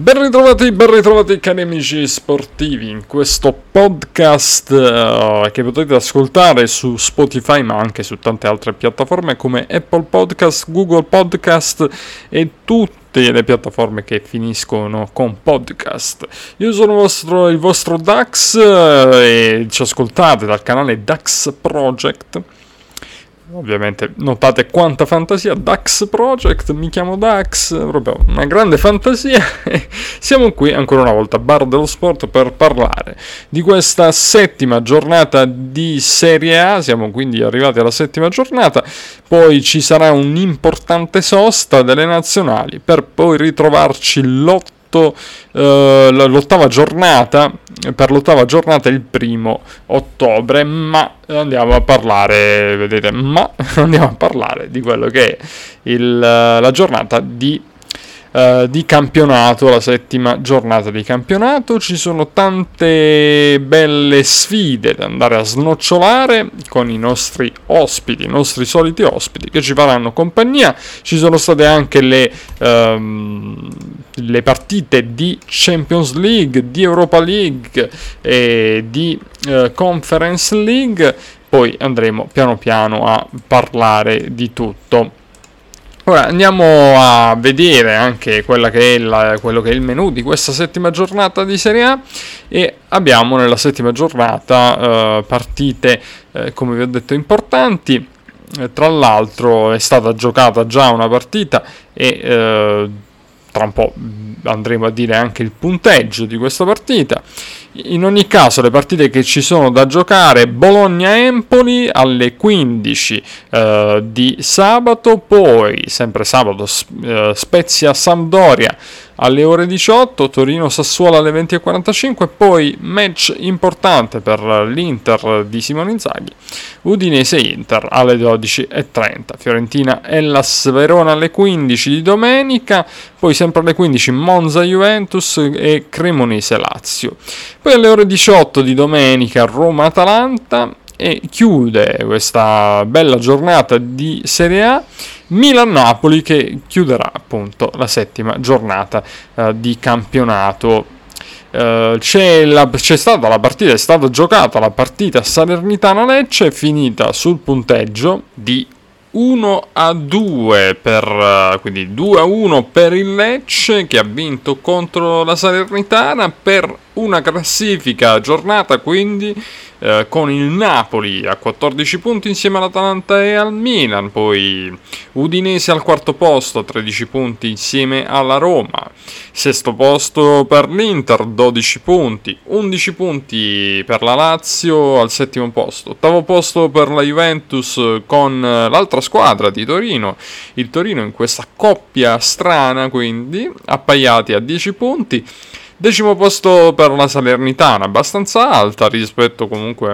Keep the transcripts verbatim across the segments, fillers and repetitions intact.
Ben ritrovati, ben ritrovati cari amici sportivi in questo podcast uh, che potete ascoltare su Spotify ma anche su tante altre piattaforme come Apple Podcast, Google Podcast e tutte le piattaforme che finiscono con podcast. Io sono il vostro, il vostro Dax uh, e ci ascoltate dal canale Dax Project. Ovviamente notate quanta fantasia, Dax Project, mi chiamo Dax, proprio una grande fantasia. Siamo qui ancora una volta, Bar dello Sport, per parlare di questa settima giornata di Serie A. Siamo quindi arrivati alla settima giornata, poi ci sarà un'importante sosta delle nazionali per poi ritrovarci l'otto Uh, l'ottava giornata per l'ottava giornata il primo ottobre, ma andiamo a parlare vedete ma andiamo a parlare di quello che è il, la giornata di Uh, di campionato, la settima giornata di campionato. Ci sono tante belle sfide da andare a snocciolare con i nostri ospiti, i nostri soliti ospiti che ci faranno compagnia. Ci sono state anche le, um, le partite di Champions League, di Europa League e di uh, Conference League. Poi andremo piano piano a parlare di tutto. Ora andiamo a vedere anche quella che è la, quello che è il menù di questa settima giornata di Serie A, e abbiamo nella settima giornata uh, partite, uh, come vi ho detto, importanti. Uh, tra l'altro è stata giocata già una partita e uh, tra un po' andremo a dire anche il punteggio di questa partita. In ogni caso, le partite che ci sono da giocare: Bologna-Empoli alle quindici eh, di sabato, poi sempre sabato eh, Spezia-Sampdoria alle ore diciotto, Torino-Sassuolo alle venti e quarantacinque, poi match importante per l'Inter di Simone Inzaghi, Udinese-Inter alle dodici e trenta, Fiorentina-Hellas Verona alle quindici di domenica, poi sempre alle quindici Monza-Juventus e Cremonese-Lazio. Poi alle ore diciotto di domenica Roma-Atalanta, e chiude questa bella giornata di Serie A Milan-Napoli, che chiuderà appunto la settima giornata uh, di campionato. Uh, c'è, la, c'è stata la partita, è stata giocata la partita Salernitana-Lecce, finita sul punteggio di uno a due per uh, quindi due a uno per il Lecce, che ha vinto contro la Salernitana, per una classifica giornata quindi eh, con il Napoli a quattordici punti insieme all'Atalanta e al Milan, poi Udinese al quarto posto a tredici punti insieme alla Roma, sesto posto per l'Inter dodici punti, undici punti per la Lazio al settimo posto, ottavo posto per la Juventus con l'altra squadra di Torino, il Torino in questa coppia strana quindi appaiati a dieci punti. Decimo posto per la Salernitana, abbastanza alta rispetto comunque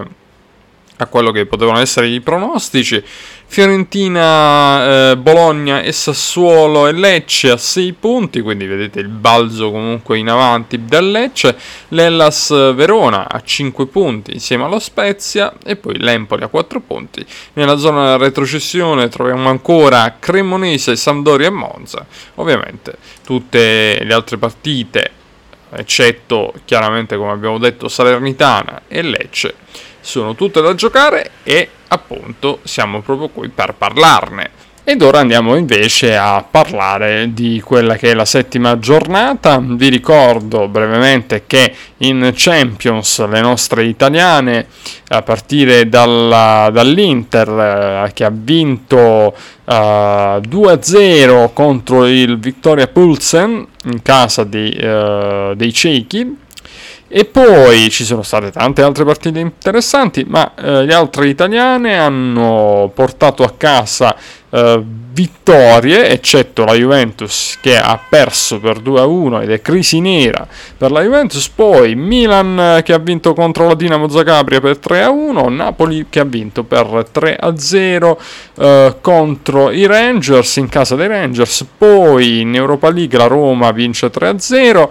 a quello che potevano essere i pronostici. Fiorentina, eh, Bologna e Sassuolo e Lecce a sei punti, quindi vedete il balzo comunque in avanti del Lecce. L'Hellas Verona a cinque punti insieme allo Spezia, e poi l'Empoli a quattro punti. Nella zona della retrocessione troviamo ancora Cremonese, Sampdoria e Monza. Ovviamente tutte le altre partite, eccetto chiaramente come abbiamo detto Salernitana e Lecce, sono tutte da giocare, e appunto siamo proprio qui per parlarne. Ed ora andiamo invece a parlare di quella che è la settima giornata. Vi ricordo brevemente che in Champions le nostre italiane, a partire dalla, dall'Inter eh, che ha vinto uh, due a zero contro il Viktoria Plzen in casa di, uh, dei cechi. E poi ci sono state tante altre partite interessanti, ma eh, le altre italiane hanno portato a casa eh, vittorie, eccetto la Juventus che ha perso per due a uno ed è crisi nera per la Juventus. Poi Milan che ha vinto contro la Dinamo Zagabria per tre a uno, Napoli che ha vinto per tre a zero eh, contro i Rangers in casa dei Rangers. Poi in Europa League la Roma vince tre a zero,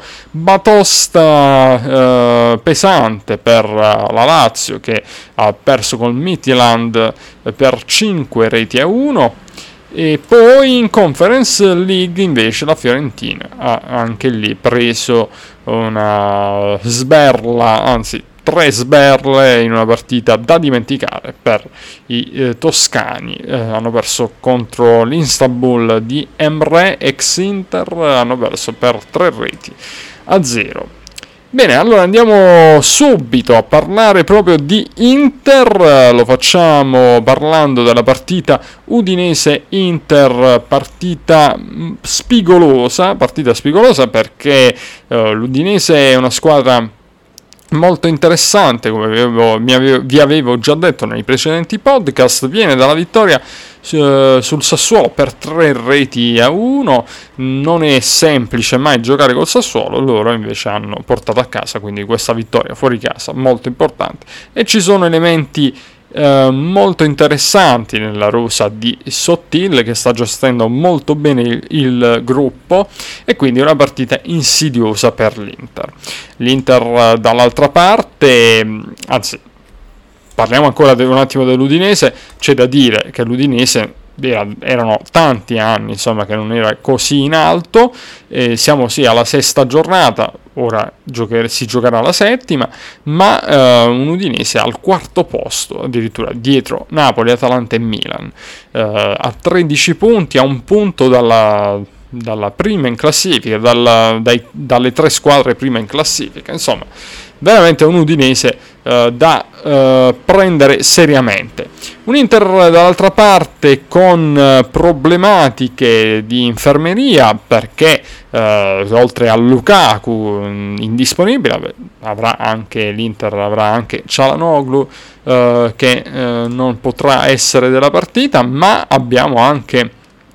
batosta eh, pesante per la Lazio che ha perso col Midtjylland per cinque reti a uno. E poi in Conference League invece la Fiorentina ha anche lì preso una sberla, anzi tre sberle in una partita da dimenticare per i eh, toscani. Eh, hanno perso contro l'Istanbul di Emre, ex Inter, hanno perso per tre reti a zero. Bene, allora andiamo subito a parlare proprio di Inter, lo facciamo parlando della partita Udinese-Inter, partita spigolosa, partita spigolosa perché uh, l'Udinese è una squadra molto interessante, come avevo, mi avevo, vi avevo già detto nei precedenti podcast. Viene dalla vittoria uh, sul Sassuolo per tre reti a uno. Non è semplice mai giocare col Sassuolo, loro invece hanno portato a casa quindi questa vittoria fuori casa molto importante, e ci sono elementi Uh, molto interessanti nella rosa di Sottil, che sta gestendo molto bene il, il gruppo, e quindi una partita insidiosa per l'Inter. L'Inter uh, dall'altra parte, anzi parliamo ancora de- un attimo dell'Udinese. C'è da dire che l'Udinese era, erano tanti anni insomma che non era così in alto, eh, siamo sì alla sesta giornata, ora giocher- si giocherà la settima, ma eh, un Udinese al quarto posto, addirittura dietro Napoli, Atalanta e Milan, eh, a tredici punti, a un punto dalla, dalla prima in classifica, dalla, dai, dalle tre squadre prima in classifica. Insomma, veramente un Udinese eh, da eh, prendere seriamente. Un Inter dall'altra parte con eh, problematiche di infermeria, perché eh, oltre a Lukaku mh, indisponibile avrà anche l'Inter avrà anche Çalhanoğlu eh, che eh, non potrà essere della partita, ma abbiamo anche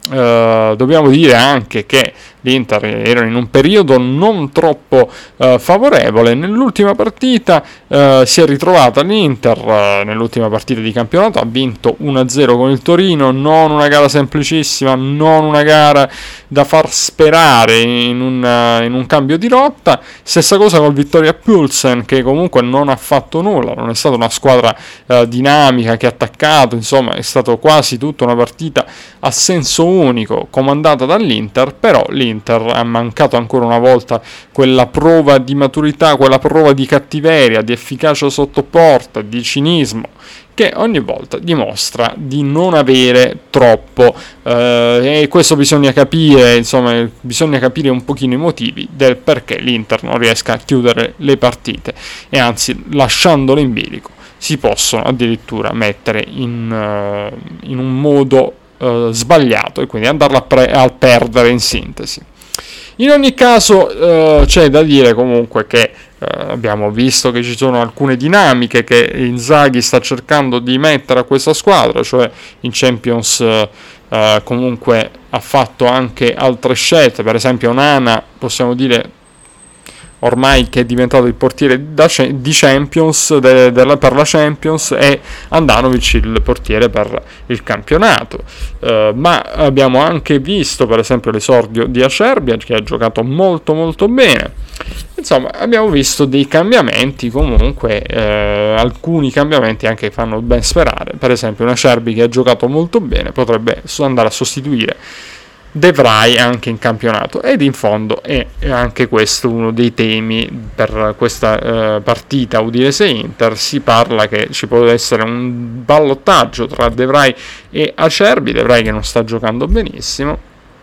Uh, dobbiamo dire anche che l'Inter era in un periodo non troppo uh, favorevole. Nell'ultima partita uh, si è ritrovata l'Inter, uh, nell'ultima partita di campionato ha vinto uno a zero con il Torino, non una gara semplicissima, non una gara da far sperare in un, uh, in un cambio di rotta. Stessa cosa col Viktoria Plzen, che comunque non ha fatto nulla, non è stata una squadra uh, dinamica che ha attaccato, insomma è stata quasi tutta una partita a senso unico comandata dall'Inter, però l'Inter ha mancato ancora una volta quella prova di maturità, quella prova di cattiveria, di efficacia sotto porta, di cinismo, che ogni volta dimostra di non avere troppo, eh, e questo bisogna capire, insomma bisogna capire un pochino i motivi del perché l'Inter non riesca a chiudere le partite, e anzi lasciandole in bilico si possono addirittura mettere in, uh, in un modo Uh, sbagliato, e quindi andarla a, pre- a perdere in sintesi. In ogni caso uh, c'è da dire comunque che uh, abbiamo visto che ci sono alcune dinamiche che Inzaghi sta cercando di mettere a questa squadra, cioè in Champions uh, uh, comunque ha fatto anche altre scelte, per esempio Onana possiamo dire ormai che è diventato il portiere da, di Champions de, de la, per la Champions, e Andanovic il portiere per il campionato, uh, ma abbiamo anche visto per esempio l'esordio di Acerbi, che ha giocato molto molto bene. Insomma, abbiamo visto dei cambiamenti comunque, eh, alcuni cambiamenti anche che fanno ben sperare. Per esempio un Acerbi che ha giocato molto bene potrebbe andare a sostituire De Vrij anche in campionato, ed in fondo è anche questo uno dei temi per questa eh, partita Udinese-Inter. Si parla che ci può essere un ballottaggio tra De Vrij e Acerbi, De Vrij che non sta giocando benissimo,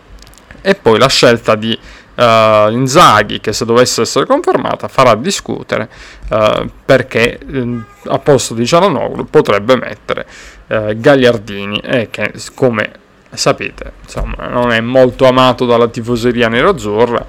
e poi la scelta di uh, Inzaghi, che se dovesse essere confermata farà discutere, uh, perché uh, a posto di Çalhanoğlu potrebbe mettere uh, Gagliardini, e che come sapete insomma non è molto amato dalla tifoseria nerazzurra,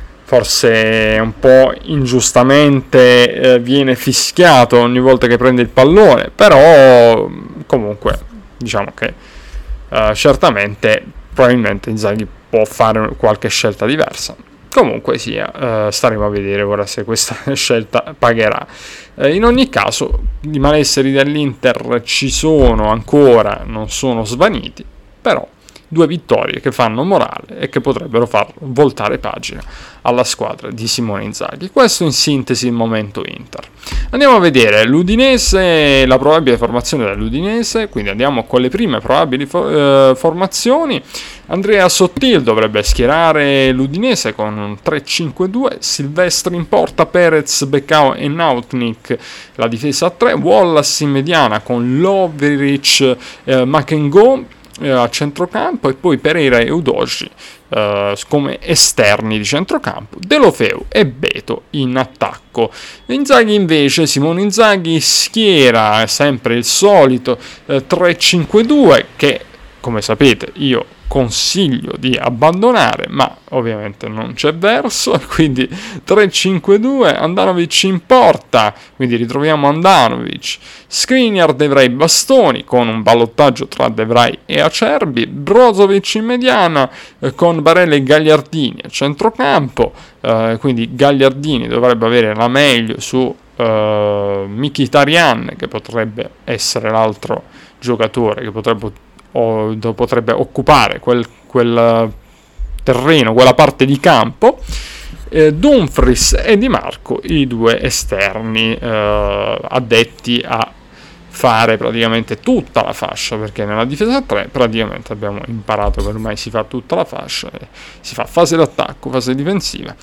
forse un po' ingiustamente eh, viene fischiato ogni volta che prende il pallone, però comunque diciamo che eh, certamente probabilmente Inzaghi può fare qualche scelta diversa. Comunque sia, eh, staremo a vedere ora se questa scelta pagherà. Eh, in ogni caso i malesseri dell'Inter ci sono ancora, non sono svaniti, però due vittorie che fanno morale e che potrebbero far voltare pagina alla squadra di Simone Inzaghi. Questo in sintesi il momento Inter. Andiamo a vedere l'Udinese, la probabile formazione dell'Udinese, quindi andiamo con le prime probabili fo- eh, formazioni. Andrea Sottil dovrebbe schierare l'Udinese con un tre cinque due, Silvestri in porta, Perez, Beccao e Nautnik la difesa a tre, Wallace in mediana con Lovric, eh, Makengo eh, a centrocampo e poi Pereira e Udoji eh, come esterni di centrocampo, Deulofeu e Beto in attacco. Inzaghi invece, Simone Inzaghi schiera sempre il solito eh, tre cinque due che, come sapete, io consiglio di abbandonare, ma ovviamente non c'è verso, quindi tre cinque due, Andanovic in porta, quindi ritroviamo Andanovic, Skriniar, De Vrij, Bastoni con un ballottaggio tra De Vrij e Acerbi, Brozovic in mediana eh, con Barella e Gagliardini a centrocampo, eh, quindi Gagliardini dovrebbe avere la meglio su eh, Mkhitaryan, che potrebbe essere l'altro giocatore che potrebbe o potrebbe occupare quel, quel terreno, quella parte di campo, eh, Dumfries e Di Marco i due esterni eh, addetti a fare praticamente tutta la fascia, perché nella difesa a tre praticamente abbiamo imparato che ormai si fa tutta la fascia, eh, si fa fase d'attacco, fase difensiva.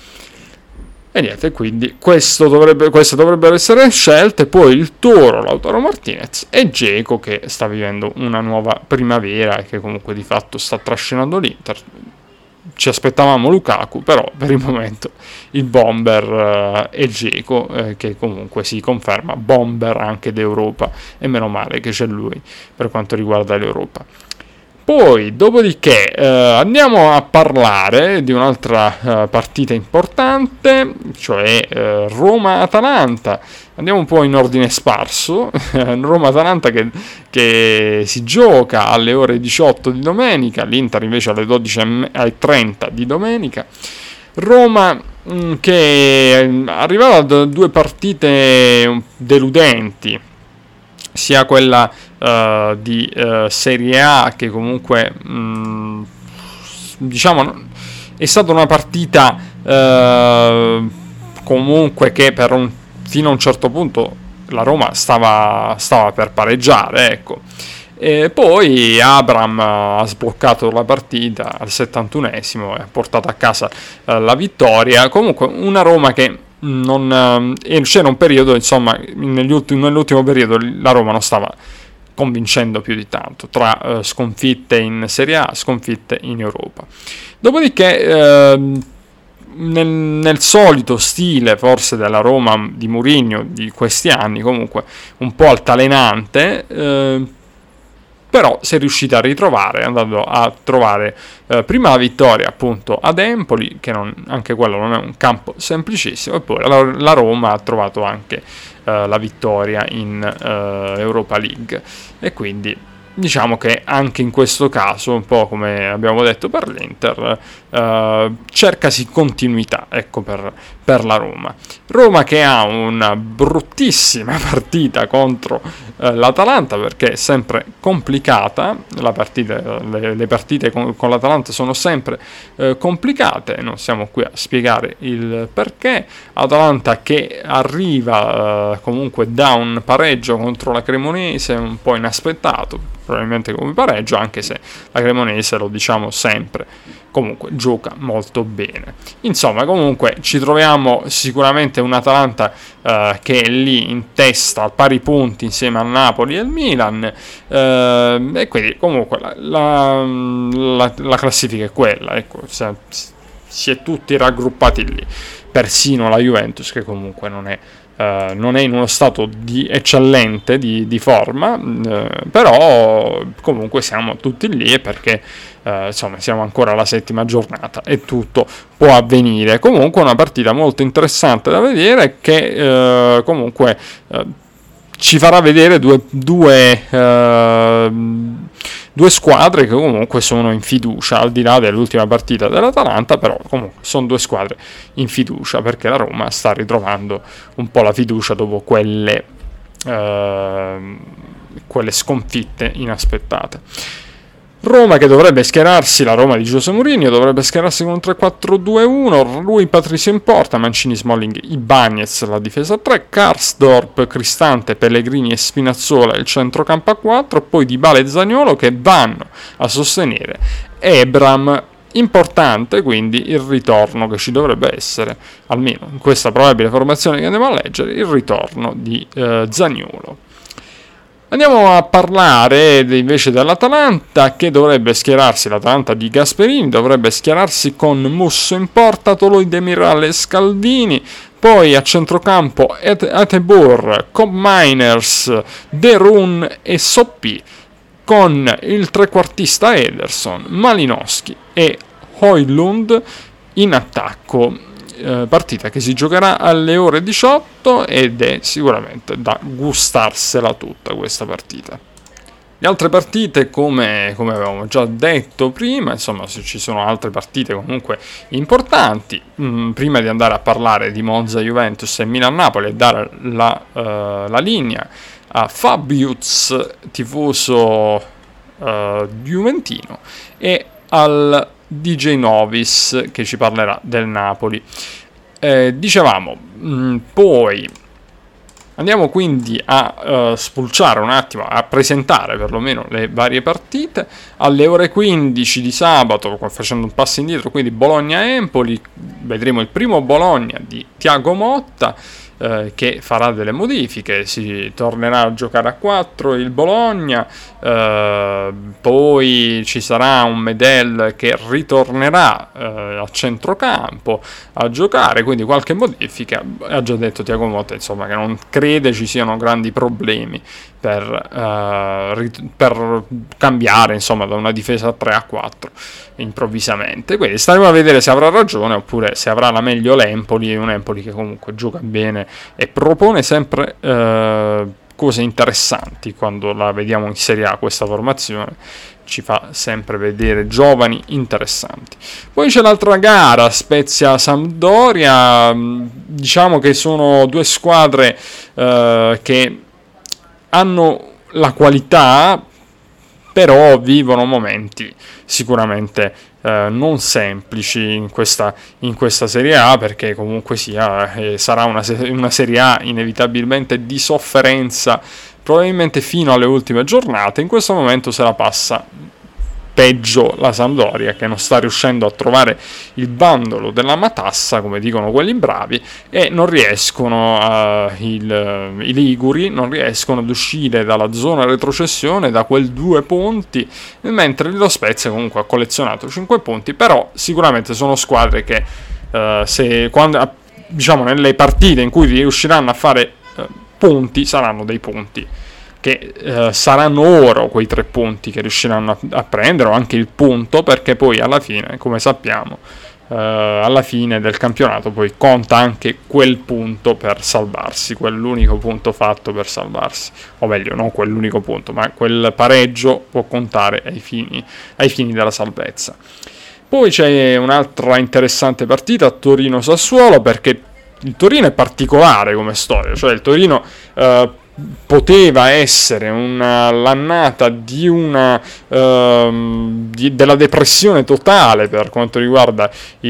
E niente, quindi questo dovrebbe, queste dovrebbero essere scelte. Poi il Toro, Lautaro Martinez e Dzeko, che sta vivendo una nuova primavera e che comunque di fatto sta trascinando l'Inter. Ci aspettavamo Lukaku, però per il momento il bomber eh, è Dzeko, eh, che comunque si conferma bomber anche d'Europa, e meno male che c'è lui per quanto riguarda l'Europa. Poi, dopodiché, eh, andiamo a parlare di un'altra eh, partita importante, cioè eh, Roma-Atalanta. Andiamo un po' in ordine sparso. Roma-Atalanta che, che si gioca alle ore diciotto di domenica, l'Inter invece alle dodici e trenta di domenica. Roma mh, che arrivava da due partite deludenti, sia quella uh, di uh, Serie A, che comunque mh, diciamo è stata una partita uh, comunque che per un, fino a un certo punto la Roma stava, stava per pareggiare, ecco. E poi Abraham ha sbloccato la partita al settantunesimo e ha portato a casa uh, la vittoria. Comunque una Roma che non eh, c'era un periodo, insomma, negli ultimi, nell'ultimo periodo la Roma non stava convincendo più di tanto, tra eh, sconfitte in Serie A, sconfitte in Europa. Dopodiché eh, nel, nel solito stile forse della Roma di Mourinho di questi anni, comunque un po' altalenante, eh, però si è riuscita a ritrovare, andando a trovare eh, prima la vittoria appunto ad Empoli, che non, anche quello non è un campo semplicissimo, e poi la, la Roma ha trovato anche eh, la vittoria in eh, Europa League, e quindi diciamo che anche in questo caso, un po' come abbiamo detto per l'Inter, eh, cercasi continuità, ecco, per, per la Roma. Roma che ha una bruttissima partita contro eh, l'Atalanta, perché è sempre complicata, la partita, le, le partite con, con l'Atalanta sono sempre eh, complicate, non siamo qui a spiegare il perché. Atalanta che arriva eh, comunque da un pareggio contro la Cremonese un po' inaspettato, probabilmente come pareggio, anche se la Cremonese, lo diciamo sempre, comunque gioca molto bene. Insomma, comunque ci troviamo sicuramente un Atalanta eh, che è lì in testa a pari punti insieme al Napoli e al Milan, eh, e quindi comunque la, la, la, la classifica è quella, ecco, si, si è tutti raggruppati lì, persino la Juventus, che comunque non è Uh, non è in uno stato di eccellente di, di forma, uh, però comunque siamo tutti lì, perché uh, insomma siamo ancora alla settima giornata e tutto può avvenire. Comunque una partita molto interessante da vedere, che uh, comunque uh, ci farà vedere due, due, uh, due squadre che comunque sono in fiducia, al di là dell'ultima partita dell'Atalanta, però comunque sono due squadre in fiducia, perché la Roma sta ritrovando un po' la fiducia dopo quelle, uh, quelle sconfitte inaspettate. Roma che dovrebbe schierarsi, la Roma di José Mourinho dovrebbe schierarsi con un tre quattro due uno, lui Patricio in porta, Mancini, Smalling, Ibañez la difesa a tre, Karsdorp, Cristante, Pellegrini e Spinazzola il centrocampo a quattro, poi Dybala e Zaniolo che vanno a sostenere Ebram. Importante quindi il ritorno che ci dovrebbe essere, almeno in questa probabile formazione che andiamo a leggere, il ritorno di eh, Zaniolo. Andiamo a parlare invece dell'Atalanta che dovrebbe schierarsi, l'Atalanta di Gasperini dovrebbe schierarsi con Musso in porta, Toloi, Demiral e Scaldini, poi a centrocampo Atebor, Cobb Miners, De Roon e Soppi, con il trequartista Ederson, Malinowski e Højlund in attacco. Eh, partita che si giocherà alle ore diciotto ed è sicuramente da gustarsela tutta questa partita. Le altre partite, come, come avevamo già detto prima, insomma, se ci sono altre partite comunque importanti, mh, prima di andare a parlare di Monza, Juventus e Milan-Napoli e dare la, uh, la linea a Fabius, tifoso uh, juventino, e al D J Novis che ci parlerà del Napoli. Eh, dicevamo, mh, poi andiamo quindi a uh, spulciare un attimo, a presentare perlomeno le varie partite. Alle ore quindici di sabato, facendo un passo indietro, quindi Bologna-Empoli, vedremo il primo Bologna di Thiago Motta, eh, che farà delle modifiche, si tornerà a giocare a quattro il Bologna, eh, poi ci sarà un Medel che ritornerà eh, a centrocampo a giocare, quindi qualche modifica. Ha già detto Thiago Motta, insomma, che non crede ci siano grandi problemi per, uh, per cambiare, insomma, da una difesa a tre a quattro improvvisamente. Quindi staremo a vedere se avrà ragione oppure se avrà la meglio l'Empoli, un Empoli che comunque gioca bene e propone sempre uh, cose interessanti. Quando la vediamo in Serie A questa formazione ci fa sempre vedere giovani interessanti. Poi c'è l'altra gara, Spezia-Sampdoria. Diciamo che sono due squadre uh, che hanno la qualità, però vivono momenti sicuramente eh, non semplici in questa, in questa Serie A, perché comunque sia eh, sarà una, una Serie A inevitabilmente di sofferenza, probabilmente fino alle ultime giornate. In questo momento se la passa peggio la Sampdoria, che non sta riuscendo a trovare il bandolo della matassa, come dicono quelli bravi, e non riescono a, il, i liguri non riescono ad uscire dalla zona retrocessione, da quel due punti, mentre lo Spezia comunque ha collezionato cinque punti. Però sicuramente sono squadre che uh, se quando, diciamo, nelle partite in cui riusciranno a fare uh, punti, saranno dei punti che eh, saranno oro, quei tre punti che riusciranno a, a prendere, o anche il punto, perché poi alla fine, come sappiamo, eh, alla fine del campionato poi conta anche quel punto per salvarsi, quell'unico punto fatto per salvarsi, o meglio, non quell'unico punto, ma quel pareggio può contare ai fini, ai fini della salvezza. Poi c'è un'altra interessante partita, Torino-Sassuolo, perché il Torino è particolare come storia, cioè il Torino eh, poteva essere una, l'annata di una uh, di, della depressione totale per quanto riguarda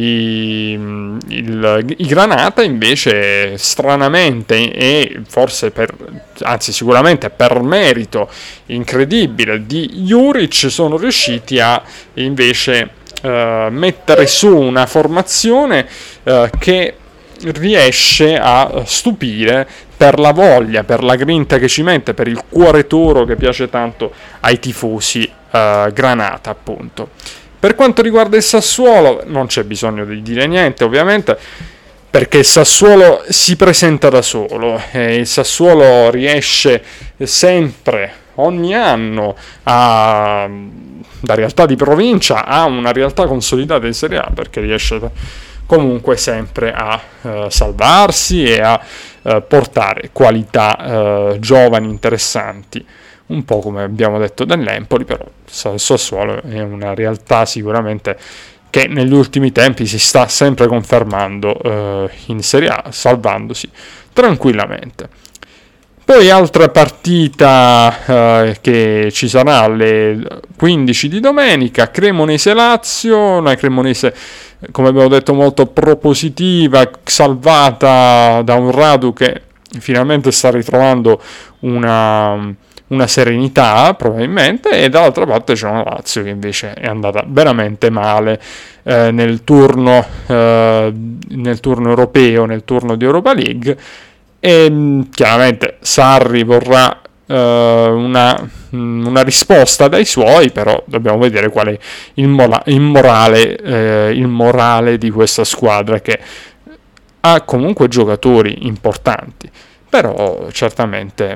i, il, i Granata. Invece stranamente, e forse per, anzi sicuramente per merito incredibile di Juric, sono riusciti a invece uh, mettere su una formazione uh, che riesce a stupire per la voglia, per la grinta che ci mette, per il cuore toro che piace tanto ai tifosi uh, Granata, appunto. Per quanto riguarda il Sassuolo, non c'è bisogno di dire niente, ovviamente, perché il Sassuolo si presenta da solo, e il Sassuolo riesce sempre, ogni anno, a, da realtà di provincia a una realtà consolidata in Serie A, perché riesce comunque sempre a uh, salvarsi e a uh, portare qualità uh, giovani interessanti, un po' come abbiamo detto dell'Empoli. Però il Sassuolo è una realtà sicuramente che negli ultimi tempi si sta sempre confermando uh, in Serie A, salvandosi tranquillamente. Poi altra partita eh, che ci sarà alle quindici di domenica, Cremonese-Lazio, una Cremonese, come abbiamo detto, molto propositiva, salvata da un Radu che finalmente sta ritrovando una, una serenità probabilmente, e dall'altra parte c'è una Lazio che invece è andata veramente male eh, nel turno eh, nel turno europeo, nel turno di Europa League. E chiaramente Sarri vorrà uh, una, una risposta dai suoi, però dobbiamo vedere qual è il, mola- il, morale, eh, il morale di questa squadra, che ha comunque giocatori importanti, però certamente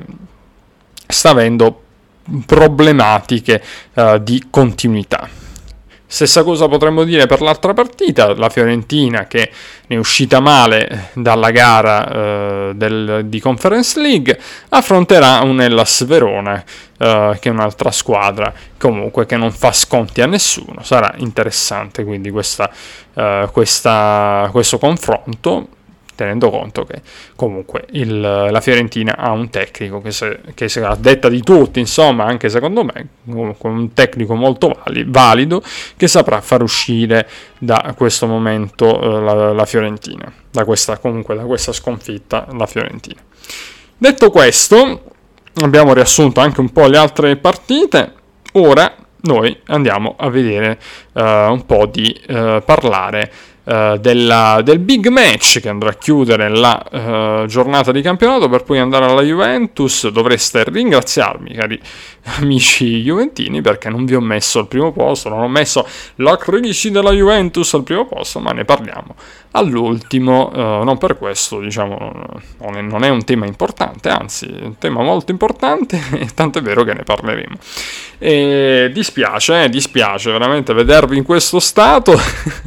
sta avendo problematiche uh, di continuità. Stessa cosa potremmo dire per l'altra partita, la Fiorentina che ne è uscita male dalla gara eh, del, di Conference League, affronterà un Hellas Verona, eh, che è un'altra squadra comunque che non fa sconti a nessuno. Sarà interessante quindi questa, eh, questa, questo confronto, tenendo conto che comunque il, la Fiorentina ha un tecnico che, se, che se a detta di tutti, insomma, anche secondo me, comunque un tecnico molto vali, valido, che saprà far uscire da questo momento eh, la, la Fiorentina, da questa, comunque da questa sconfitta la Fiorentina. Detto questo, abbiamo riassunto anche un po' le altre partite. Ora noi andiamo a vedere uh, un po' di uh, parlare Uh, della, del big match che andrà a chiudere la uh, giornata di campionato, per poi andare alla Juventus. Dovreste ringraziarmi, cari amici juventini, perché non vi ho messo al primo posto, non ho messo la crisi della Juventus al primo posto, ma ne parliamo all'ultimo. Uh, non per questo, diciamo, non è, non è un tema importante, anzi è un tema molto importante, tanto è vero che ne parleremo. E dispiace, eh, dispiace veramente vedervi in questo stato.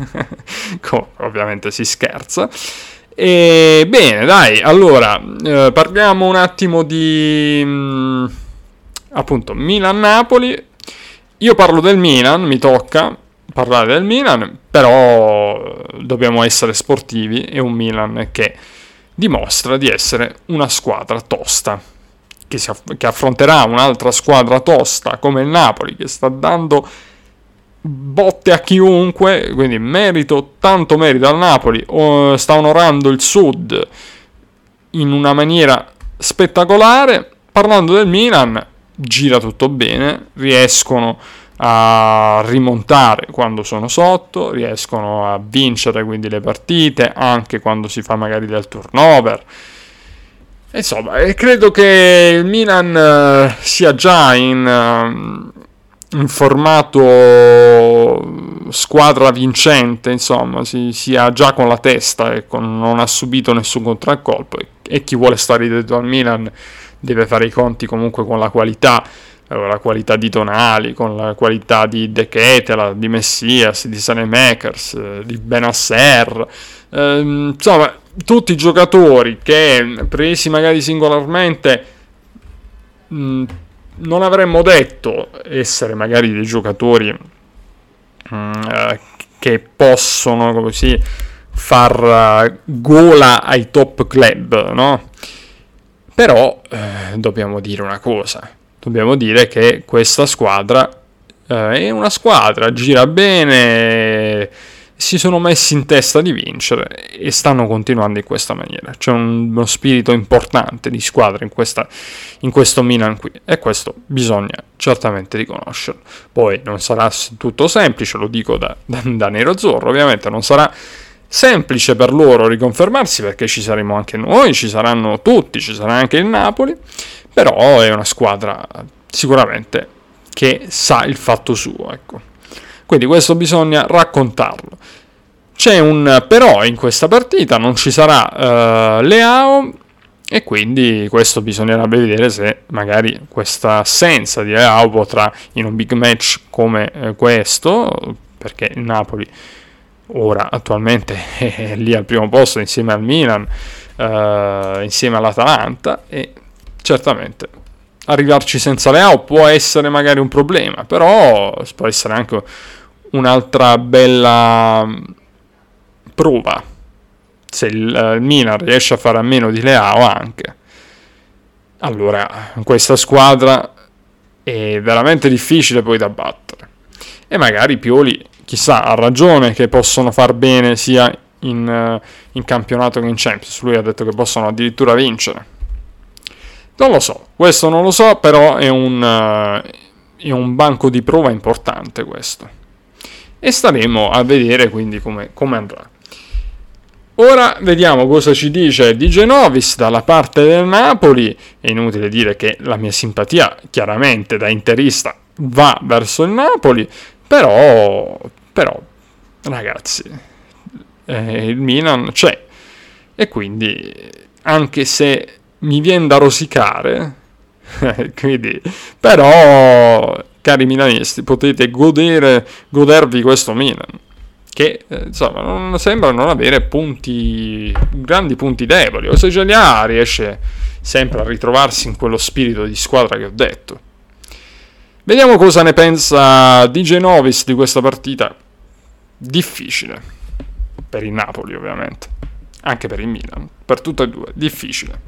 Ovviamente si scherza. E bene, dai, allora eh, parliamo un attimo di mh, appunto Milan-Napoli. Io parlo del Milan, mi tocca parlare del Milan, però dobbiamo essere sportivi. È un Milan che dimostra di essere una squadra tosta, che, si aff- che affronterà un'altra squadra tosta come il Napoli, che sta dando botte a chiunque, quindi merito, tanto merito al Napoli. Oh, sta onorando il Sud in una maniera spettacolare. Parlando del Milan, gira tutto bene, riescono a rimontare quando sono sotto, riescono a vincere quindi le partite anche quando si fa magari del turnover. Insomma, credo che il Milan uh, sia già in uh, in formato squadra vincente, insomma, si, si ha già con la testa, ecco, non ha subito nessun contraccolpo, e, e chi vuole stare dietro al Milan deve fare i conti comunque con la qualità, eh, la qualità di Tonali, con la qualità di De Ketelaere, di Messias, di Saelemaekers, eh, di Benasser, eh, insomma tutti i giocatori che presi magari singolarmente mh, non avremmo detto essere magari dei giocatori uh, che possono così far uh, gola ai top club, no? Però uh, dobbiamo dire una cosa, dobbiamo dire che questa squadra uh, è una squadra, gira bene, si sono messi in testa di vincere e stanno continuando in questa maniera. C'è un, uno spirito importante di squadra in, questa, in questo Milan qui, e questo bisogna certamente riconoscerlo. Poi non sarà tutto semplice, lo dico da, da, da nero-azzurro, ovviamente non sarà semplice per loro riconfermarsi, perché ci saremo anche noi, ci saranno tutti, ci sarà anche il Napoli, però è una squadra sicuramente che sa il fatto suo, ecco. Quindi questo bisogna raccontarlo. C'è un però in questa partita, non ci sarà uh, Leao, e quindi questo bisognerebbe vedere se magari questa assenza di Leao potrà, in un big match come eh, questo, perché il Napoli ora attualmente è lì al primo posto insieme al Milan, uh, insieme all'Atalanta, e certamente arrivarci senza Leao può essere magari un problema, però può essere anche un'altra bella prova se il Milan riesce a fare a meno di Leao anche. allora questa squadra è veramente difficile poi da battere. E magari Pioli, chissà, ha ragione che possono far bene sia in, in campionato che in Champions. Lui ha detto che possono addirittura vincere. Non lo so, questo non lo so, però è un, uh, è un banco di prova importante questo. E staremo a vedere quindi come, come andrà. Ora vediamo cosa ci dice Di Genovis dalla parte del Napoli. È inutile dire che la mia simpatia, chiaramente da interista, va verso il Napoli, però, però ragazzi, eh, il Milan c'è. E quindi, anche se mi viene da rosicare, quindi, però, cari milanisti, potete godere, godervi questo Milan, che eh, insomma non sembra non avere punti, grandi punti deboli, o se ce li ha riesce sempre a ritrovarsi in quello spirito di squadra che ho detto. Vediamo cosa ne pensa Di Genovis di questa partita difficile per il Napoli, ovviamente, anche per il Milan, per tutte e due difficile.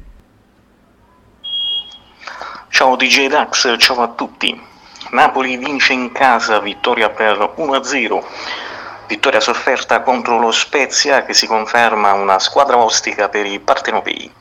Ciao D J Dax, ciao a tutti. Napoli vince in casa, vittoria per uno a zero. Vittoria sofferta contro lo Spezia, che si conferma una squadra ostica per i partenopei.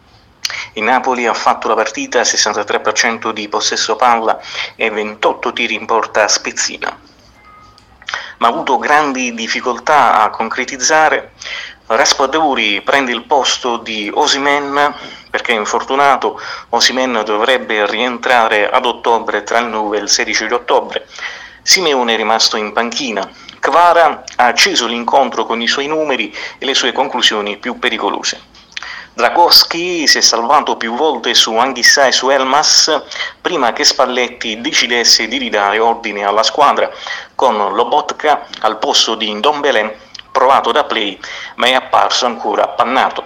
Il Napoli ha fatto la partita, sessantatré per cento di possesso palla e ventotto tiri in porta a spezzina, ma ha avuto grandi difficoltà a concretizzare. Raspadori prende il posto di Osimhen perché è infortunato. Osimhen dovrebbe rientrare ad ottobre, tra il nove e il sedici di ottobre. Simeone è rimasto in panchina. Kvara ha acceso l'incontro con i suoi numeri e le sue conclusioni più pericolose. Dragowski si è salvato più volte su Anghissà e su Elmas prima che Spalletti decidesse di ridare ordine alla squadra, con Lobotka al posto di Ndombele, provato da Play ma è apparso ancora appannato.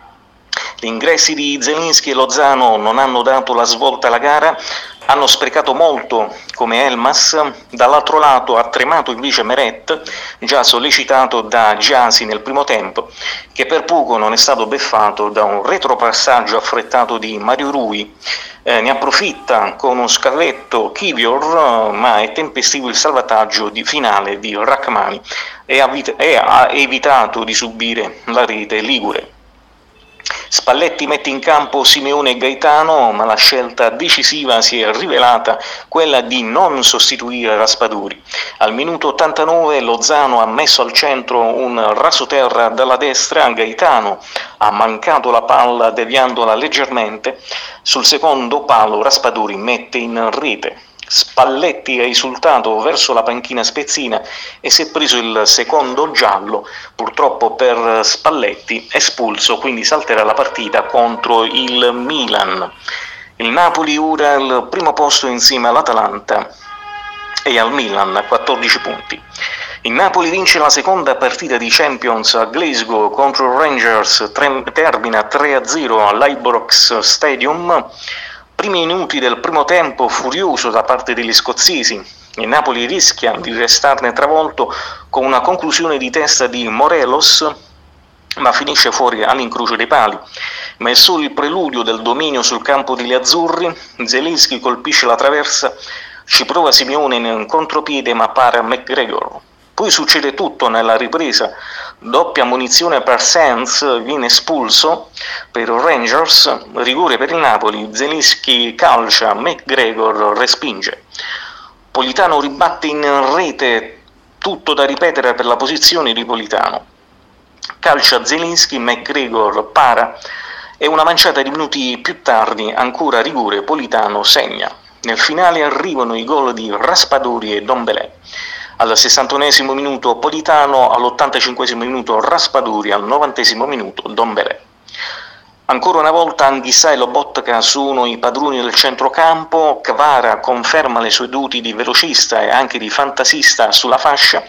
Gli ingressi di Zelinski e Lozano non hanno dato la svolta alla gara, hanno sprecato molto come Elmas. Dall'altro lato ha tremato invece Meret, già sollecitato da Gyasi nel primo tempo, che per poco non è stato beffato da un retropassaggio affrettato di Mario Rui. Eh, ne approfitta con un scavetto Kivior, ma è tempestivo il salvataggio di finale di Rachmani e ha, vit- e ha evitato di subire la rete ligure. Spalletti mette in campo Simeone e Gaetano, ma la scelta decisiva si è rivelata quella di non sostituire Raspadori. Al minuto ottantanove Lozano ha messo al centro un rasoterra dalla destra, Gaetano ha mancato la palla deviandola leggermente, sul secondo palo Raspadori mette in rete. Spalletti ha esultato verso la panchina spezzina e si è preso il secondo giallo, purtroppo per Spalletti, espulso, quindi salterà la partita contro il Milan. Il Napoli ora al primo posto insieme all'Atalanta e al Milan a quattordici punti. Il Napoli vince la seconda partita di Champions a Glasgow contro il Rangers, tre, termina tre a zero all'Ibrox Stadium. Primi minuti del primo tempo furioso da parte degli scozzesi. Il Napoli rischia di restarne travolto con una conclusione di testa di Morelos, ma finisce fuori all'incrocio dei pali. Ma è solo il preludio del dominio sul campo degli azzurri. Zelinski colpisce la traversa, ci prova Simeone in un contropiede ma para McGregor. Poi succede tutto nella ripresa, doppia munizione per Sands, viene espulso per i Rangers, rigore per il Napoli, Zelinski calcia, McGregor respinge. Politano ribatte in rete, tutto da ripetere per la posizione di Politano. Calcia Zelinski, McGregor para e una manciata di minuti più tardi, ancora rigore, Politano segna. Nel finale arrivano i gol di Raspadori e Ndombele. Al sessantunesimo minuto Politano, all'ottantacinquesimo minuto Raspadori, al novantesimo minuto Ndombele. Ancora una volta Anghissà e Lobotka sono i padroni del centrocampo. Kvara conferma le sue doti di velocista e anche di fantasista sulla fascia,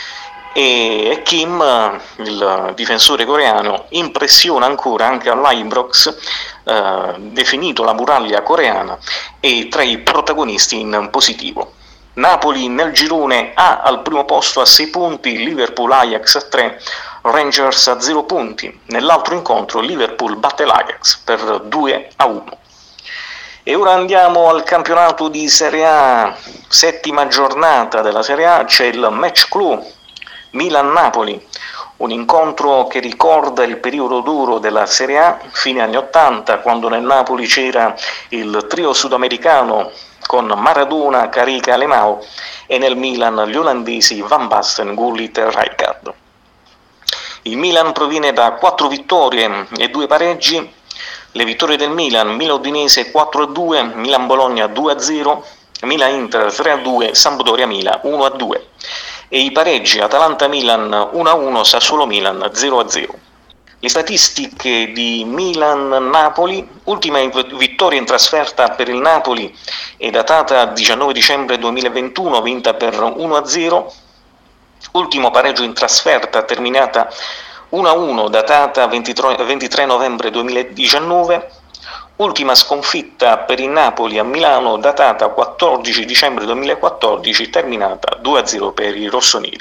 e Kim, il difensore coreano, impressiona ancora anche all'Ibrox, eh, definito la muraglia coreana, e tra i protagonisti in positivo. Napoli nel girone A al primo posto a sei punti, Liverpool Ajax a tre, Rangers a zero punti. Nell'altro incontro Liverpool batte l'Ajax per due a uno. E ora andiamo al campionato di Serie A, settima giornata della Serie A, c'è il match clou Milan-Napoli, un incontro che ricorda il periodo duro della Serie A, fine anni ottanta, quando nel Napoli c'era il trio sudamericano con Maradona, Carica e Alemão, e nel Milan gli olandesi Van Basten, Gullit e Rijkaard. Il Milan proviene da quattro vittorie e due pareggi. Le vittorie del Milan: Milan-Udinese quattro a due, Milan-Bologna due a zero, Milan-Inter tre a due, Sampdoria-Milan uno a due. E i pareggi: Atalanta-Milan uno a uno, Sassuolo-Milan zero a zero. Le statistiche di Milan-Napoli: ultima vittoria in trasferta per il Napoli è datata diciannove dicembre duemilaventuno, vinta per uno a zero. Ultimo pareggio in trasferta terminata uno a uno, datata ventitré novembre duemiladiciannove. Ultima sconfitta per il Napoli a Milano, datata quattordici dicembre duemilaquattordici, terminata due a zero per i rossoneri.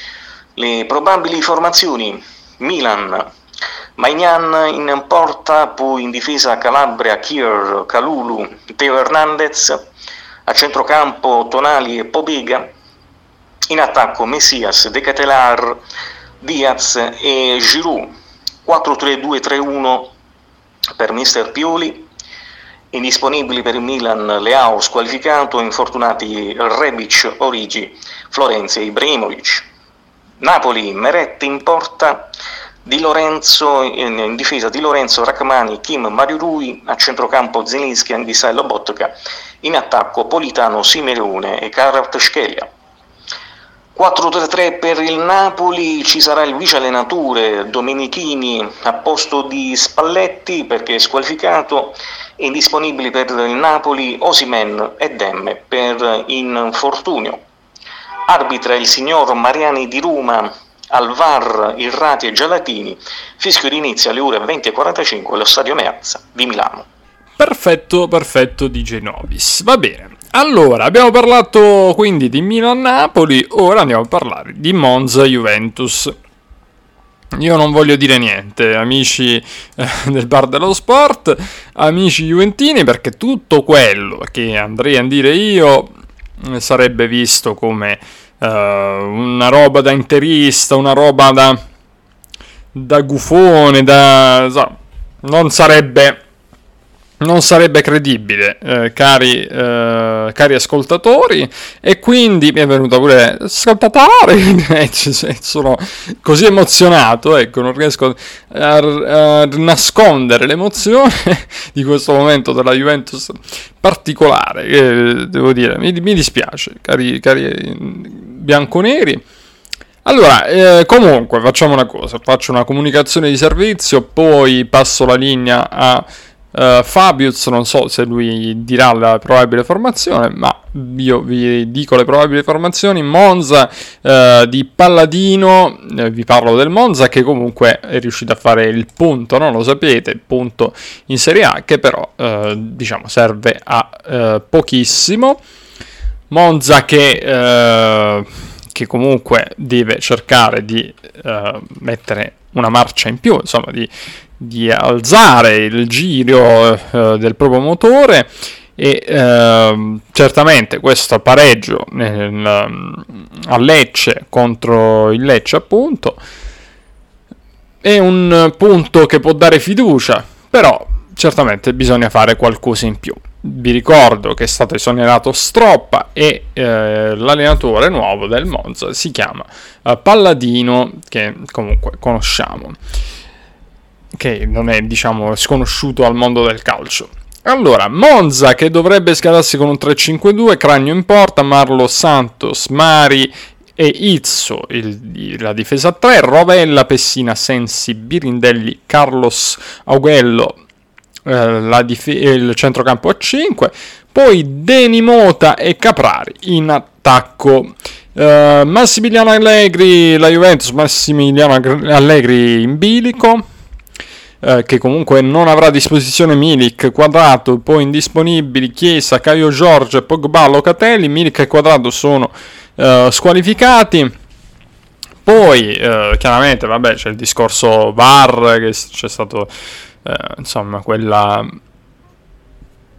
Le probabili formazioni: Milan, Maignan in porta, poi in difesa Calabria, Kier, Kalulu, Teo Hernandez, a centrocampo Tonali e Pobega, in attacco Messias, De Ketelaere, Diaz e Giroud. Quattro tre due tre uno per mister Pioli. Indisponibili per il Milan Leao squalificato, infortunati Rebic, Origi, Florenzi e Ibrahimovic. Napoli, Meret in porta, Di Lorenzo in, in difesa Di Lorenzo, Rachmani, Kim, Mario Rui, a centrocampo Zelinski, Anghissà e Lobotka, in attacco Politano, Simeone e Kvaratskhelia. quattro tre tre per il Napoli, ci sarà il vice allenatore Domenichini a posto di Spalletti perché è squalificato, e indisponibili per il Napoli Osimhen e Demme per infortunio. Arbitra il signor Mariani di Roma, al V A R Irrati e Gelatini, fischio di inizio alle ore venti e quarantacinque allo stadio Meazza di Milano. Perfetto, perfetto D J Nobis, va bene. Allora, abbiamo parlato quindi di Milan-Napoli, ora andiamo a parlare di Monza-Juventus. Io non voglio dire niente, amici eh, del bar dello sport, amici juventini, perché tutto quello che andrei a dire io eh, sarebbe visto come eh, una roba da interista, una roba da, da gufone, da... So, non sarebbe... non sarebbe credibile, eh, cari, eh, cari ascoltatori, e quindi mi è venuto pure ascoltatori, sono così emozionato, ecco, non riesco a, a nascondere l'emozione di questo momento della Juventus particolare, che devo dire, mi, mi dispiace, cari, cari bianconeri. Allora, eh, comunque facciamo una cosa, faccio una comunicazione di servizio, poi passo la linea a Uh, Fabius, non so se lui dirà la probabile formazione, ma io vi dico le probabili formazioni. Monza uh, di Palladino, eh, vi parlo del Monza che comunque è riuscito a fare il punto, no? Lo sapete, il punto in Serie A, che però uh, diciamo serve a uh, pochissimo. Monza che, uh, che comunque deve cercare di uh, mettere una marcia in più, insomma di di alzare il giro eh, del proprio motore, e eh, certamente questo pareggio nel, a Lecce contro il Lecce appunto è un punto che può dare fiducia, però certamente bisogna fare qualcosa in più. Vi ricordo che è stato esonerato Stroppa e eh, l'allenatore nuovo del Monza si chiama eh, Palladino, che comunque conosciamo, che non è, diciamo, sconosciuto al mondo del calcio. Allora, Monza che dovrebbe schierarsi con un tre cinque due, Cragno in porta, Marlo, Santos, Mari e Izzo, il, la difesa a tre, Rovella, Pessina, Sensi, Birindelli, Carlos Augello, eh, la dif- il centrocampo a cinque, poi Deni, Mota e Caprari in attacco. Uh, Massimiliano Allegri, la Juventus, Massimiliano Allegri in bilico, Eh, che comunque non avrà a disposizione Milik, Quadrato, poi indisponibili Chiesa, Caio Giorgio, Pogba, Locatelli. Milik e Quadrato sono eh, squalificati. Poi eh, chiaramente vabbè c'è il discorso V A R, che c'è stato eh, insomma quella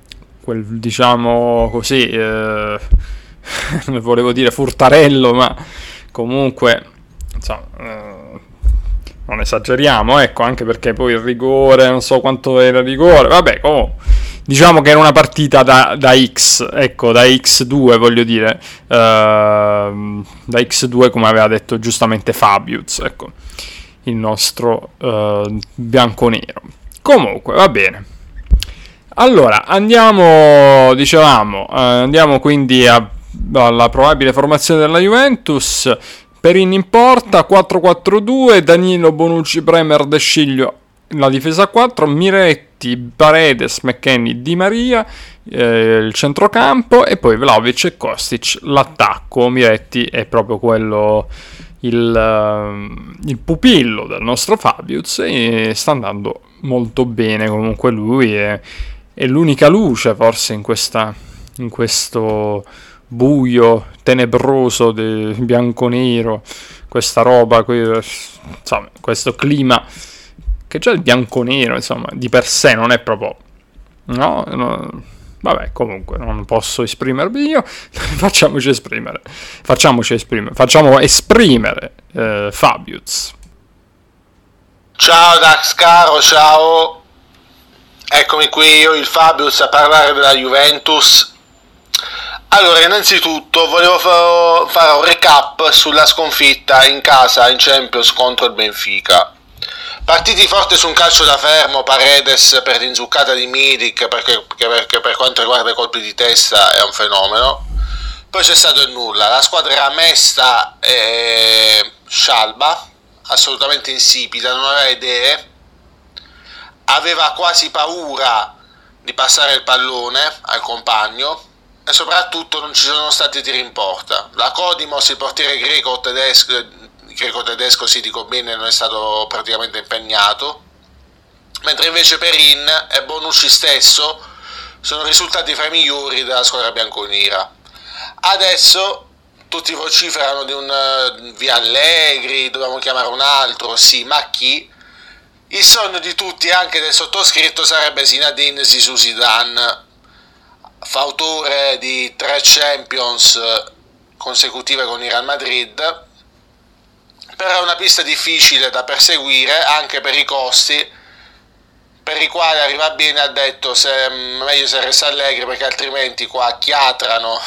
quel diciamo così, eh, volevo dire furtarello, ma comunque insomma, eh, non esageriamo, ecco, anche perché poi il rigore, non so quanto era il rigore, vabbè, oh, diciamo che era una partita da, da X, ecco, da X due voglio dire, uh, da X due come aveva detto giustamente Fabius, ecco, il nostro uh, bianconero. Comunque, va bene. Allora, andiamo, dicevamo, uh, andiamo quindi a, alla probabile formazione della Juventus. Perin in porta, quattro quattro due, Danilo, Bonucci, Bremer, De Sciglio, la difesa quattro, Miretti, Paredes, McKennie, Di Maria, eh, il centrocampo, e poi Vlahovic e Kostic l'attacco. Miretti è proprio quello, il, uh, il pupillo del nostro Fabius, e sta andando molto bene comunque lui, è, è l'unica luce forse in questa in questo buio tenebroso del bianconero, questa roba, insomma, questo clima che già il bianconero, insomma, di per sé non è proprio, no, no vabbè, comunque non posso esprimervi io, facciamoci esprimere, facciamoci esprimere, facciamo esprimere eh, Fabius. Ciao Dax caro, ciao, eccomi qui io, il Fabius, a parlare della Juventus. Allora, innanzitutto volevo fare un recap sulla sconfitta in casa in Champions contro il Benfica. Partiti forte su un calcio da fermo, Paredes per l'inzuccata di Milik, perché, perché per quanto riguarda i colpi di testa è un fenomeno. Poi c'è stato il nulla, la squadra era mesta e scialba, assolutamente insipida, non aveva idee, aveva quasi paura di passare il pallone al compagno, e soprattutto non ci sono stati tiri in porta. La Codimos, il portiere greco-tedesco, greco-tedesco si dico bene, non è stato praticamente impegnato, mentre invece Perin e Bonucci stesso sono risultati fra i migliori della squadra bianconera. Adesso tutti vociferano di un via Allegri, dobbiamo chiamare un altro, sì, ma chi? Il sogno di tutti, anche del sottoscritto, sarebbe Zinedine Zizou Zidane, fautore di tre Champions consecutive con il Real Madrid, però è una pista difficile da perseguire anche per i costi, per i quali arriva bene, ha detto, se meglio se resta Allegri, perché altrimenti qua chiatrano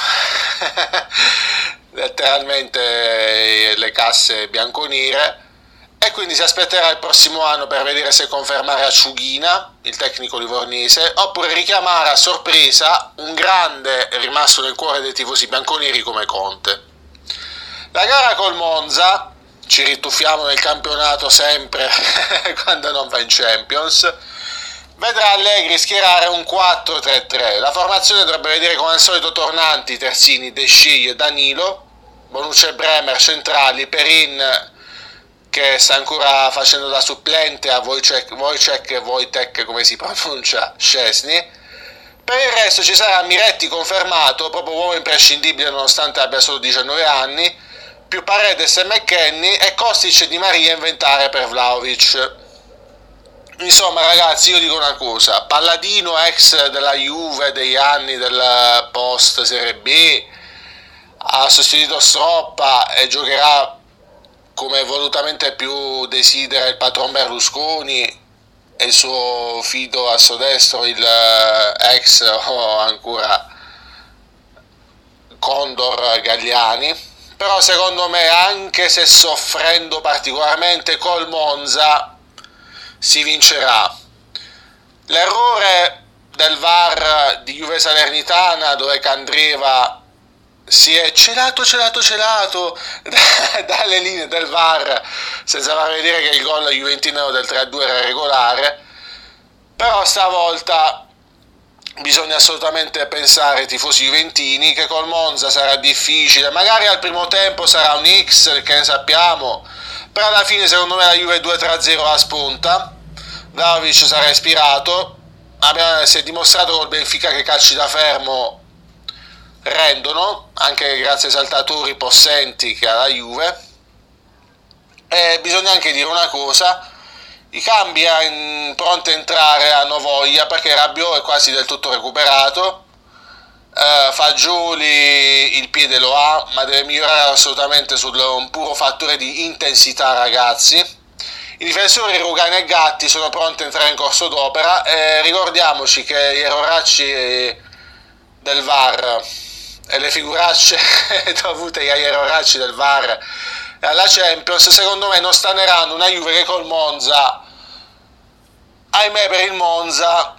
letteralmente le casse bianconere. E quindi si aspetterà il prossimo anno per vedere se confermare Acciughina, il tecnico livornese, oppure richiamare a sorpresa un grande rimasto nel cuore dei tifosi bianconeri come Conte. La gara col Monza, ci rituffiamo nel campionato sempre quando non va in Champions, vedrà Allegri schierare un quattro tre tre. La formazione dovrebbe vedere come al solito tornanti terzini De Sciglio e Danilo, Bonucci e Bremer centrali, Perin che sta ancora facendo da supplente a Wojciech, Wojciech e Wojtek, come si pronuncia, Szczesny. Per il resto ci sarà Miretti confermato, proprio uomo imprescindibile nonostante abbia solo diciannove anni, più Paredes e McKennie, e Kostic e Di Maria inventare per Vlahovic. Insomma ragazzi, io dico una cosa, Palladino, ex della Juve degli anni del post Serie B, ha sostituito Stroppa e giocherà come volutamente più desidera il patron Berlusconi e il suo fido a suo destro, il ex o ancora Condor Galliani. Però secondo me, anche se soffrendo particolarmente col Monza, si vincerà. L'errore del V A R di Juve Salernitana, dove Candreva si è celato, celato, celato dalle linee del V A R, senza far vedere che il gol juventino del tre a due era regolare. Però stavolta bisogna assolutamente pensare, tifosi juventini, che col Monza sarà difficile, magari al primo tempo sarà un X, che ne sappiamo, però alla fine secondo me la Juve due tre a zero la spunta, Vlahovic sarà ispirato, si è dimostrato col Benfica che calci da fermo rendono, anche grazie ai saltatori possenti che ha la Juve. E bisogna anche dire una cosa, i cambi in pronti a entrare hanno voglia, perché Rabiot è quasi del tutto recuperato, Uh, Fagioli il piede lo ha, ma deve migliorare assolutamente sul un puro fattore di intensità, ragazzi. I difensori Rugani e Gatti sono pronti a entrare in corso d'opera, e ricordiamoci che gli erroracci del V A R e le figuracce dovute agli erroracci del V A R e alla Champions secondo me non staneranno una Juve che col Monza, ahimè per il Monza,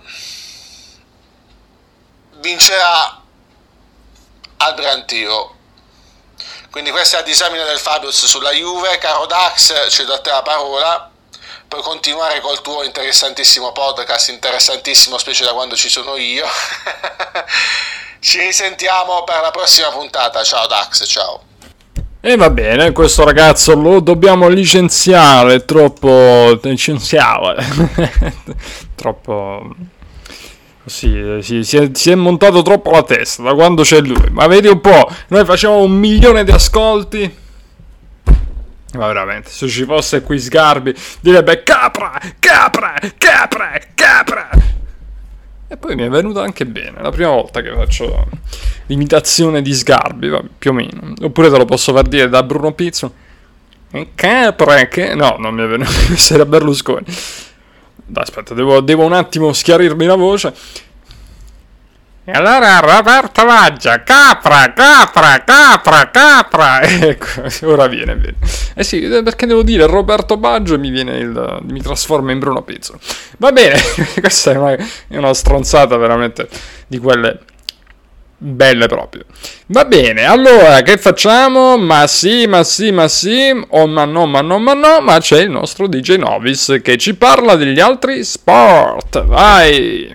vincerà al Brantiro. Quindi questa è la disamina del Fabius sulla Juve. Caro Dax, cedo a te la parola per continuare col tuo interessantissimo podcast, interessantissimo specie da quando ci sono io. Ci risentiamo per la prossima puntata. Ciao Dax, ciao. E va bene, questo ragazzo lo dobbiamo licenziare, troppo licenziare. troppo Sì, sì, si, è, si è montato troppo la testa da quando c'è lui. Ma vedi un po', noi facciamo un milione di ascolti. Ma veramente, se ci fosse qui Sgarbi direbbe capra, capra, capra, capra. E poi mi è venuto anche bene, la prima volta che faccio l'imitazione di Sgarbi, vabbè, più o meno. Oppure te lo posso far dire da Bruno Pizzo. Capra, che... No, non mi è venuto, era Berlusconi. Dai, aspetta, devo, devo un attimo schiarirmi la voce. E allora Roberto Maggia, capra, capra, capra, capra. Ecco, ora viene, viene. Eh sì, perché devo dire Roberto Baggio e mi viene il... mi trasforma in Bruno Pizzo. Va bene, questa è una, è una stronzata veramente di quelle belle proprio. Va bene, allora che facciamo? Ma sì, ma sì, ma sì, oh ma no, ma no, ma no, ma c'è il nostro D J Novis che ci parla degli altri sport. Vai!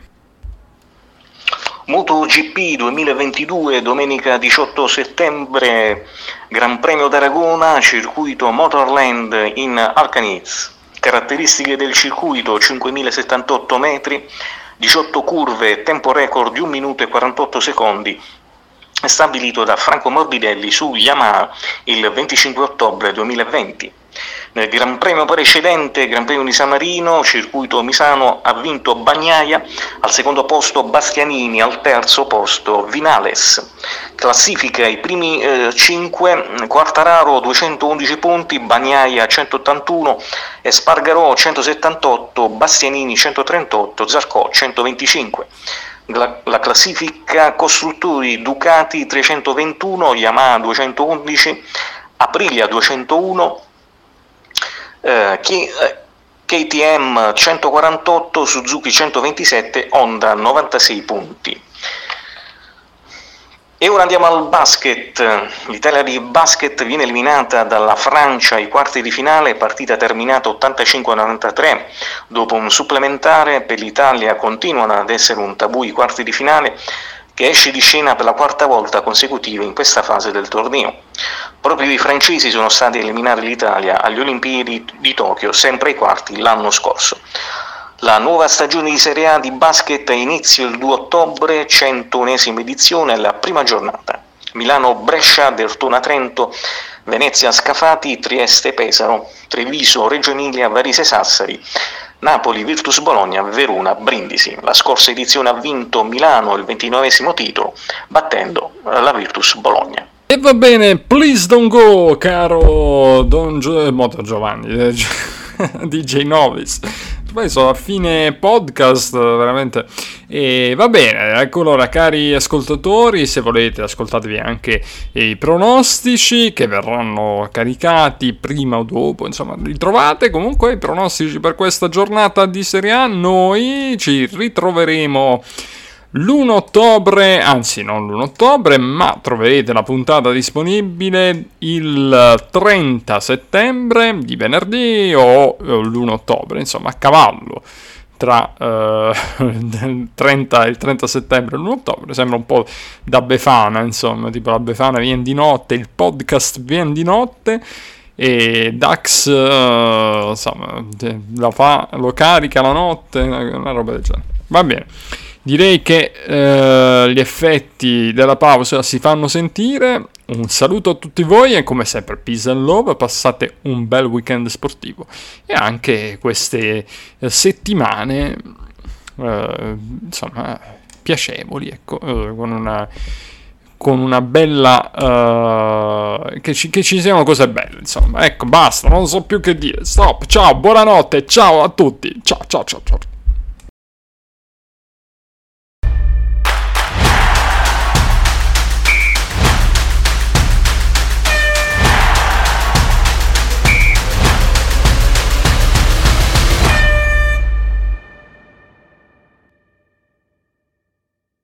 MotoGP duemilaventidue, domenica diciotto settembre, Gran Premio d'Aragona, circuito Motorland in Alcaniz. Caratteristiche del circuito: cinquemilasettantotto metri, diciotto curve, tempo record di un minuto e quarantotto secondi, stabilito da Franco Morbidelli su Yamaha il venticinque ottobre duemilaventi. Nel Gran Premio precedente, Gran Premio di San Marino, circuito Misano, ha vinto Bagnaia, al secondo posto Bastianini, al terzo posto Vinales. Classifica i primi eh, cinque: Quartararo duecentoundici punti, Bagnaia centottantuno, Espargarò centosettantotto, Bastianini centotrentotto, Zarco centoventicinque. La, la classifica costruttori: Ducati trecentoventuno, Yamaha duecentoundici, Aprilia duecentouno, eh, K T M centoquarantotto, Suzuki centoventisette, Honda novantasei punti. E ora andiamo al basket. L'Italia di basket viene eliminata dalla Francia ai quarti di finale, partita terminata ottantacinque a novantatré. Dopo un supplementare, per l'Italia continuano ad essere un tabù i quarti di finale, che esce di scena per la quarta volta consecutiva in questa fase del torneo. Proprio i francesi sono stati a eliminare l'Italia alle Olimpiadi di Tokyo, sempre ai quarti l'anno scorso. La nuova stagione di Serie A di basket inizia il due ottobre, centounesima edizione, alla prima giornata. Milano-Brescia, Dertona-Trento, Venezia-Scafati, Trieste-Pesaro, Treviso-Reggio Emilia, Varese-Sassari, Napoli-Virtus-Bologna, Verona-Brindisi. La scorsa edizione ha vinto Milano il ventinovesimo titolo, battendo la Virtus-Bologna. E va bene, please don't go, caro Don Gio- Moto Giovanni, eh, D J Novis. Poi sono a fine podcast, veramente. E va bene, ecco allora, cari ascoltatori, se volete ascoltatevi anche i pronostici che verranno caricati prima o dopo, insomma li trovate comunque i pronostici per questa giornata di Serie A. Noi ci ritroveremo l'primo ottobre, anzi non l'primo ottobre, ma troverete la puntata disponibile il trenta settembre di venerdì o l'primo ottobre, insomma a cavallo tra uh, il trenta e il trenta settembre e l'primo ottobre. Sembra un po' da Befana, insomma, tipo la Befana viene di notte, il podcast viene di notte e Dax uh, insomma la fa, lo carica la notte, una roba del genere. Va bene. Direi che eh, gli effetti della pausa si fanno sentire. Un saluto a tutti voi e come sempre peace and love, passate un bel weekend sportivo e anche queste settimane eh, insomma piacevoli, ecco, eh, con una con una bella uh, che, ci, che ci siano cose belle, insomma. Ecco, basta, non so più che dire. Stop, ciao, buonanotte, ciao a tutti. Ciao, ciao, ciao, ciao.